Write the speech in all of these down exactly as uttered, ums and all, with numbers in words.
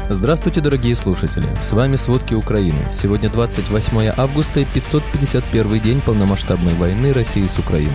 Здравствуйте, дорогие слушатели! С вами «Сводки Украины». Сегодня двадцать восьмое августа и пятьсот пятьдесят первый день полномасштабной войны России с Украиной.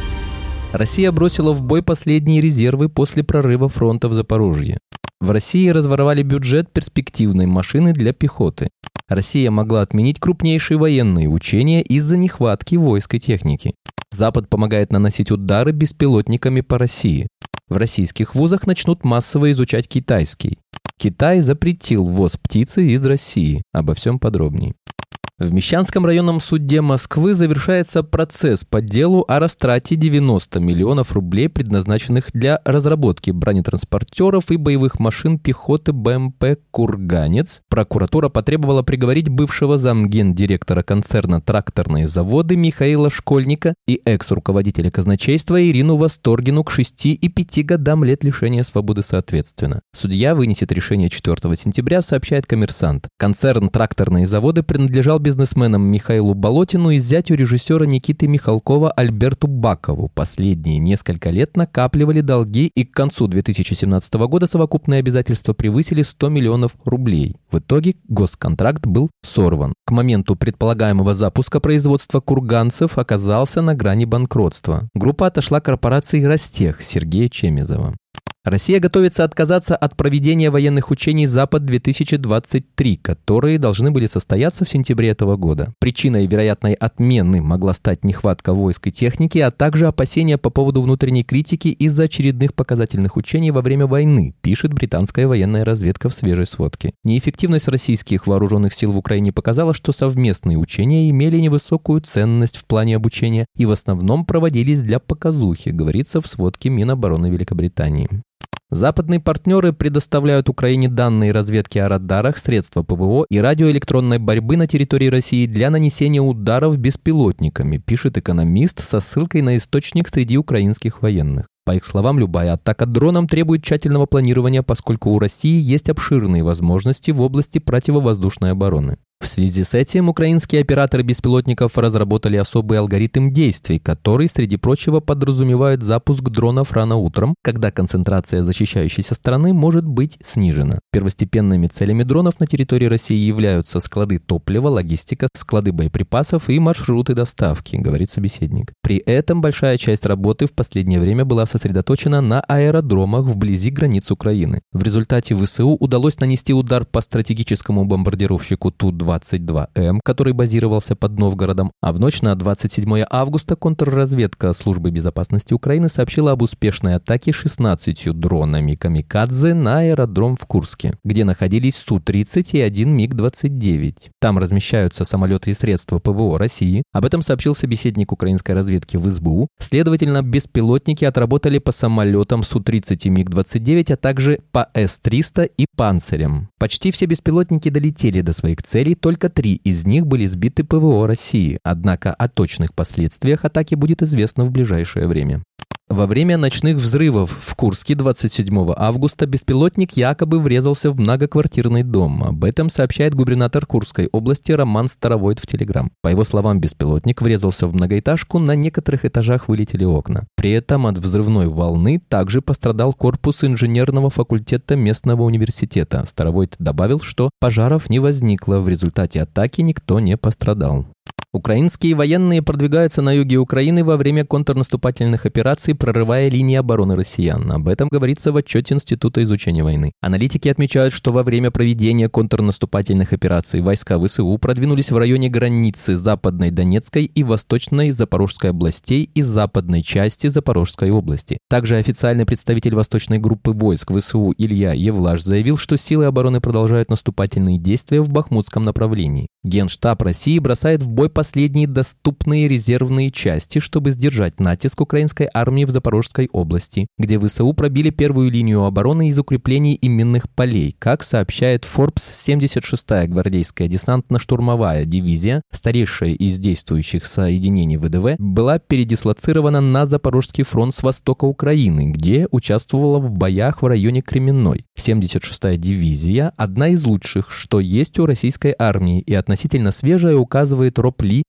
Россия бросила в бой последние резервы после прорыва фронта в Запорожье. В России разворовали бюджет перспективной машины для пехоты. Россия могла отменить крупнейшие военные учения из-за нехватки войск и техники. Запад помогает наносить удары беспилотниками по России. В российских вузах начнут массово изучать китайский. Китай запретил ввоз птицы из России. Обо всем подробнее. В Мещанском районном суде Москвы завершается процесс по делу о растрате девяноста миллионов рублей, предназначенных для разработки бронетранспортеров и боевых машин пехоты БМП «Курганец». Прокуратура потребовала приговорить бывшего замгендиректора концерна «Тракторные заводы» Михаила Школьника и экс-руководителя казначейства Ирину Восторгину к шести и пяти годам лет лишения свободы соответственно. Судья вынесет решение четвёртого сентября, сообщает «Коммерсант». Концерн «Тракторные заводы» принадлежал бизнесменам Михаилу Болотину и зятю режиссера Никиты Михалкова Альберту Бакову. Последние несколько лет накапливали долги, и к концу две тысячи семнадцатого года совокупные обязательства превысили сто миллионов рублей. В итоге госконтракт был сорван. К моменту предполагаемого запуска производства курганцев оказался на грани банкротства. Группа отошла корпорации «Ростех» Сергея Чемезова. Россия готовится отказаться от проведения военных учений «Запад-две тысячи двадцать три», которые должны были состояться в сентябре этого года. Причиной вероятной отмены могла стать нехватка войск и техники, а также опасения по поводу внутренней критики из-за очередных показательных учений во время войны, пишет британская военная разведка в свежей сводке. Неэффективность российских вооруженных сил в Украине показала, что совместные учения имели невысокую ценность в плане обучения и в основном проводились для показухи, говорится в сводке Минобороны Великобритании. Западные партнеры предоставляют Украине данные разведки о радарах, средства ПВО и радиоэлектронной борьбы на территории России для нанесения ударов беспилотниками, пишет «Экономист» со ссылкой на источник среди украинских военных. По их словам, любая атака дроном требует тщательного планирования, поскольку у России есть обширные возможности в области противовоздушной обороны. В связи с этим украинские операторы беспилотников разработали особый алгоритм действий, который, среди прочего, подразумевает запуск дронов рано утром, когда концентрация защищающейся стороны может быть снижена. Первостепенными целями дронов на территории России являются склады топлива, логистика, склады боеприпасов и маршруты доставки, говорит собеседник. При этом большая часть работы в последнее время была сосредоточена на аэродромах вблизи границ Украины. В результате ВСУ удалось нанести удар по стратегическому бомбардировщику Ту двадцать два М, который базировался под Новгородом, а в ночь на двадцать седьмое августа контрразведка Службы безопасности Украины сообщила об успешной атаке шестнадцатью дронами «Камикадзе» на аэродром в Курске, где находились Су тридцать и один Миг двадцать девять. Там размещаются самолеты и средства ПВО России. Об этом сообщил собеседник украинской разведки в СБУ. Следовательно, беспилотники отработали по самолетам Су тридцать и Миг двадцать девять, а также по С триста и «Панцирям». Почти все беспилотники долетели до своих целей, только три из них были сбиты ПВО России, однако о точных последствиях атаки будет известно в ближайшее время. Во время ночных взрывов в Курске двадцать седьмого августа беспилотник якобы врезался в многоквартирный дом. Об этом сообщает губернатор Курской области Роман Старовойт в Телеграм. По его словам, беспилотник врезался в многоэтажку, на некоторых этажах вылетели окна. При этом от взрывной волны также пострадал корпус инженерного факультета местного университета. Старовойт добавил, что пожаров не возникло, в результате атаки никто не пострадал. Украинские военные продвигаются на юге Украины во время контрнаступательных операций, прорывая линии обороны россиян. Об этом говорится в отчете Института изучения войны. Аналитики отмечают, что во время проведения контрнаступательных операций войска ВСУ продвинулись в районе границы Западной Донецкой и Восточной Запорожской областей и западной части Запорожской области. Также официальный представитель восточной группы войск ВСУ Илья Евлаш заявил, что силы обороны продолжают наступательные действия в Бахмутском направлении. Генштаб России бросает в бой последние доступные резервные части, чтобы сдержать натиск украинской армии в Запорожской области, где ВСУ пробили первую линию обороны из укреплений и минных полей. Как сообщает Forbes, семьдесят шестая гвардейская десантно-штурмовая дивизия, старейшая из действующих соединений ВДВ, была передислоцирована на Запорожский фронт с востока Украины, где участвовала в боях в районе Кременной. семьдесят шестая дивизия – одна из лучших, что есть у российской армии, и относительно свежая, указывает Роб Ли,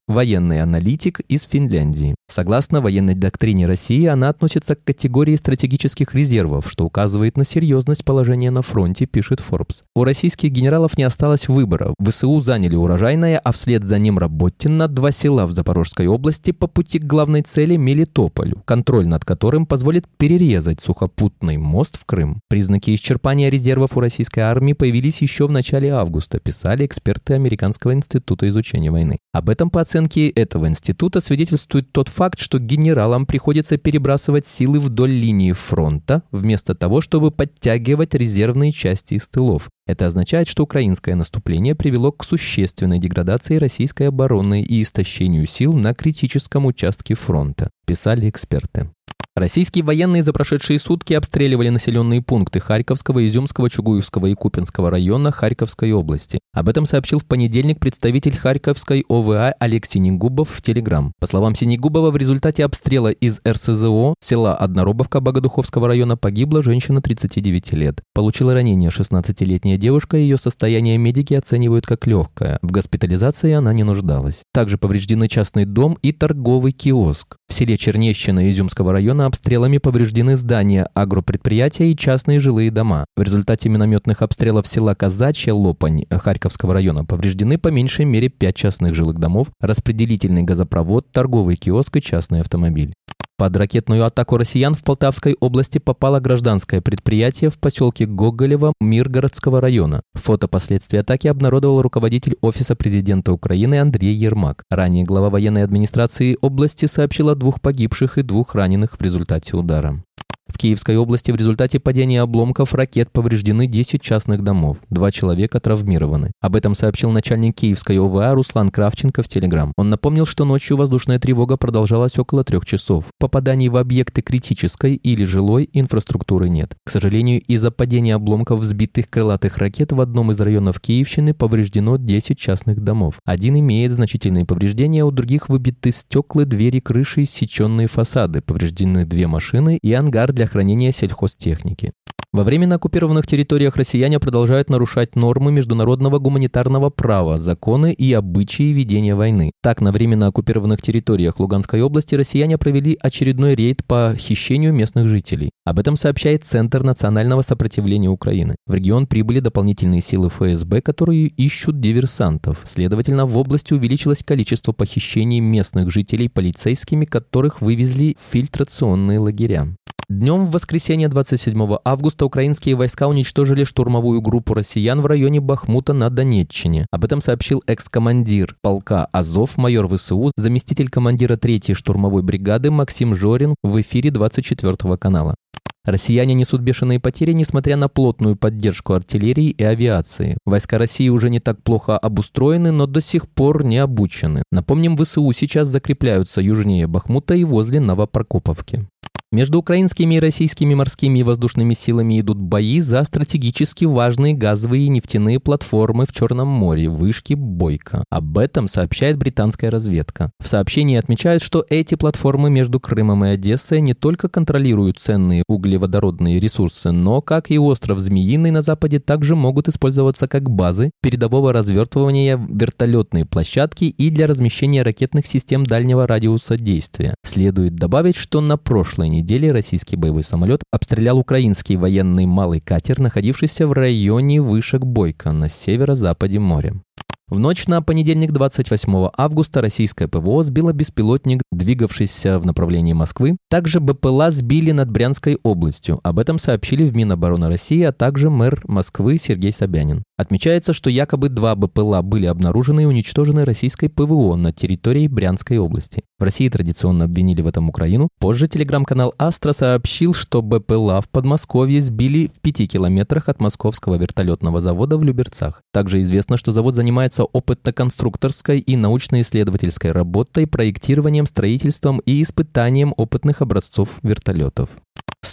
военный аналитик из Финляндии. Согласно военной доктрине России, она относится к категории стратегических резервов, что указывает на серьезность положения на фронте, пишет Forbes. У российских генералов не осталось выбора. ВСУ заняли Урожайное, а вслед за ним Работино, два села в Запорожской области по пути к главной цели Мелитополю, контроль над которым позволит перерезать сухопутный мост в Крым. Признаки исчерпания резервов у российской армии появились еще в начале августа, писали эксперты Американского института изучения войны. Об этом, по оценке этого института, свидетельствует тот факт, что генералам приходится перебрасывать силы вдоль линии фронта, вместо того, чтобы подтягивать резервные части из тылов. Это означает, что украинское наступление привело к существенной деградации российской обороны и истощению сил на критическом участке фронта, писали эксперты. Российские военные за прошедшие сутки обстреливали населенные пункты Харьковского, Изюмского, Чугуевского и Купянского района Харьковской области. Об этом сообщил в понедельник представитель Харьковской ОВА Олег Синегубов в Телеграм. По словам Синегубова, в результате обстрела из эр эс зэ о села Одноробовка Богодуховского района погибла женщина тридцати девяти лет. Получила ранение шестнадцатилетняя девушка, ее состояние медики оценивают как легкое. В госпитализации она не нуждалась. Также повреждены частный дом и торговый киоск. В селе Чернещино Изюмского района обстрелами повреждены здания агропредприятия и частные жилые дома. В результате минометных обстрелов села Казачья Лопань Харьковского района повреждены по меньшей мере пять частных жилых домов, распределительный газопровод, торговый киоск и частный автомобиль. Под ракетную атаку россиян в Полтавской области попало гражданское предприятие в поселке Гоголево Миргородского района. Фото последствий атаки обнародовал руководитель Офиса президента Украины Андрей Ермак. Ранее глава военной администрации области сообщил о двух погибших и двух раненых в результате удара. В Киевской области в результате падения обломков ракет повреждены десять частных домов. Два человека травмированы. Об этом сообщил начальник Киевской ОВА Руслан Кравченко в Телеграм. Он напомнил, что ночью воздушная тревога продолжалась около трех часов. Попаданий в объекты критической или жилой инфраструктуры нет. К сожалению, из-за падения обломков взбитых крылатых ракет в одном из районов Киевщины повреждено десять частных домов. Один имеет значительные повреждения, у других выбиты стекла, двери, крыши, иссеченные фасады. Повреждены две машины и ангар для хранения сельхозтехники. Во время на оккупированных территориях россияне продолжают нарушать нормы международного гуманитарного права, законы и обычаи ведения войны. Так, на временно оккупированных территориях Луганской области россияне провели очередной рейд по хищению местных жителей. Об этом сообщает Центр национального сопротивления Украины. В регион прибыли дополнительные силы эф эс бэ, которые ищут диверсантов. Следовательно, в области увеличилось количество похищений местных жителей полицейскими, которых вывезли в фильтрационные лагеря. Днем в воскресенье двадцать седьмого августа украинские войска уничтожили штурмовую группу россиян в районе Бахмута на Донеччине. Об этом сообщил экс-командир полка Азов, майор вэ эс у, заместитель командира третьей штурмовой бригады Максим Жорин в эфире двадцать четвёртого канала. Россияне несут бешеные потери, несмотря на плотную поддержку артиллерии и авиации. Войска России уже не так плохо обустроены, но до сих пор не обучены. Напомним, вэ эс у сейчас закрепляются южнее Бахмута и возле Новопрокоповки. Между украинскими и российскими морскими и воздушными силами идут бои за стратегически важные газовые и нефтяные платформы в Черном море, вышки Бойко. Об этом сообщает британская разведка. В сообщении отмечают, что эти платформы между Крымом и Одессой не только контролируют ценные углеводородные ресурсы, но, как и остров Змеиный на западе, также могут использоваться как базы передового развертывания вертолетной площадки и для размещения ракетных систем дальнего радиуса действия. Следует добавить, что на прошлой неделе неделе российский боевой самолет обстрелял украинский военный малый катер, находившийся в районе вышек Бойко на северо-западе моря. В ночь на понедельник двадцать восьмого августа российское пэ вэ о сбило беспилотник, двигавшийся в направлении Москвы. Также бэ пэ эл а сбили над Брянской областью. Об этом сообщили в Минобороны России, а также мэр Москвы Сергей Собянин. Отмечается, что якобы два бэ пэ эл а были обнаружены и уничтожены российской пэ вэ о на территории Брянской области. В России традиционно обвинили в этом Украину. Позже телеграм-канал Астра сообщил, что бэ пэ эл а в Подмосковье сбили в пяти километрах от московского вертолетного завода в Люберцах. Также известно, что завод занимается опытно-конструкторской и научно-исследовательской работой, проектированием, строительством и испытанием опытных образцов вертолетов.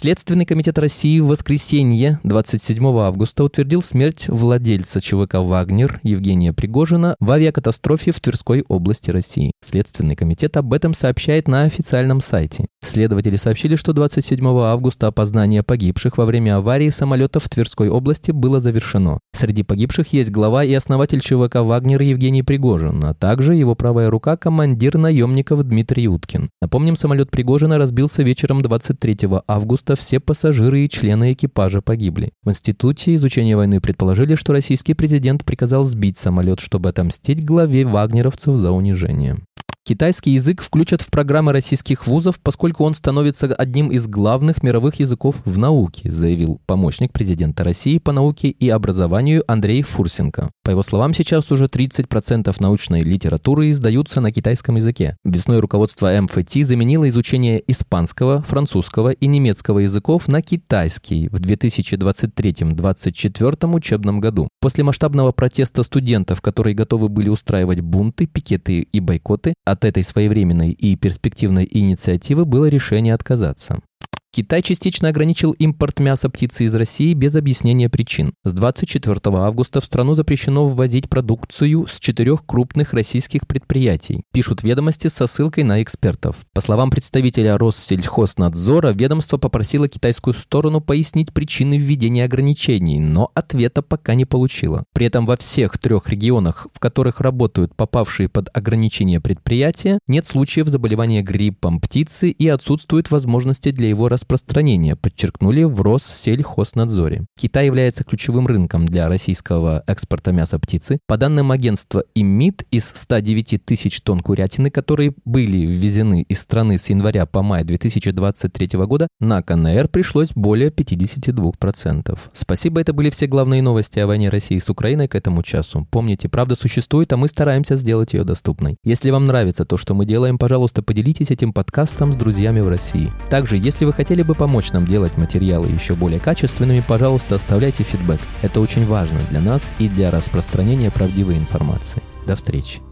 Следственный комитет России в воскресенье, двадцать седьмого августа, утвердил смерть владельца ЧВК «Вагнер» Евгения Пригожина в авиакатастрофе в Тверской области России. Следственный комитет об этом сообщает на официальном сайте. Следователи сообщили, что двадцать седьмого августа опознание погибших во время аварии самолета в Тверской области было завершено. Среди погибших есть глава и основатель ЧВК «Вагнер» Евгений Пригожин, а также его правая рука, командир наемников Дмитрий Уткин. Напомним, самолет Пригожина разбился вечером двадцать третьего августа. Все пассажиры и члены экипажа погибли. В Институте изучения войны предположили, что российский президент приказал сбить самолет, чтобы отомстить главе вагнеровцев за унижение. Китайский язык включат в программы российских вузов, поскольку он становится одним из главных мировых языков в науке, заявил помощник президента России по науке и образованию Андрей Фурсенко. По его словам, сейчас уже тридцать процентов научной литературы издаются на китайском языке. Весной руководство эм эф ти заменило изучение испанского, французского и немецкого языков на китайский в две тысячи двадцать третьем — две тысячи двадцать четвёртом учебном году. После масштабного протеста студентов, которые готовы были устраивать бунты, пикеты и бойкоты, от этой своевременной и перспективной инициативы было решение отказаться. Китай частично ограничил импорт мяса птицы из России без объяснения причин. С двадцать четвёртого августа в страну запрещено ввозить продукцию с четырех крупных российских предприятий, пишут ведомости со ссылкой на экспертов. По словам представителя Россельхознадзора, ведомство попросило китайскую сторону пояснить причины введения ограничений, но ответа пока не получило. При этом во всех трех регионах, в которых работают попавшие под ограничения предприятия, нет случаев заболевания гриппом птицы и отсутствует возможности для его распространения. Распространение, подчеркнули в Россельхознадзоре. Китай является ключевым рынком для российского экспорта мяса птицы. По данным агентства ИМИД, из ста девяти тысяч тонн курятины, которые были ввезены из страны с января по май две тысячи двадцать третьего года, на ка эн эр пришлось более пятьдесят два процента. Спасибо, это были все главные новости о войне России с Украиной к этому часу. Помните, правда существует, а мы стараемся сделать ее доступной. Если вам нравится то, что мы делаем, пожалуйста, поделитесь этим подкастом с друзьями в России. Также, если вы хотите Хотели бы помочь нам делать материалы еще более качественными, пожалуйста, оставляйте фидбэк. Это очень важно для нас и для распространения правдивой информации. До встречи.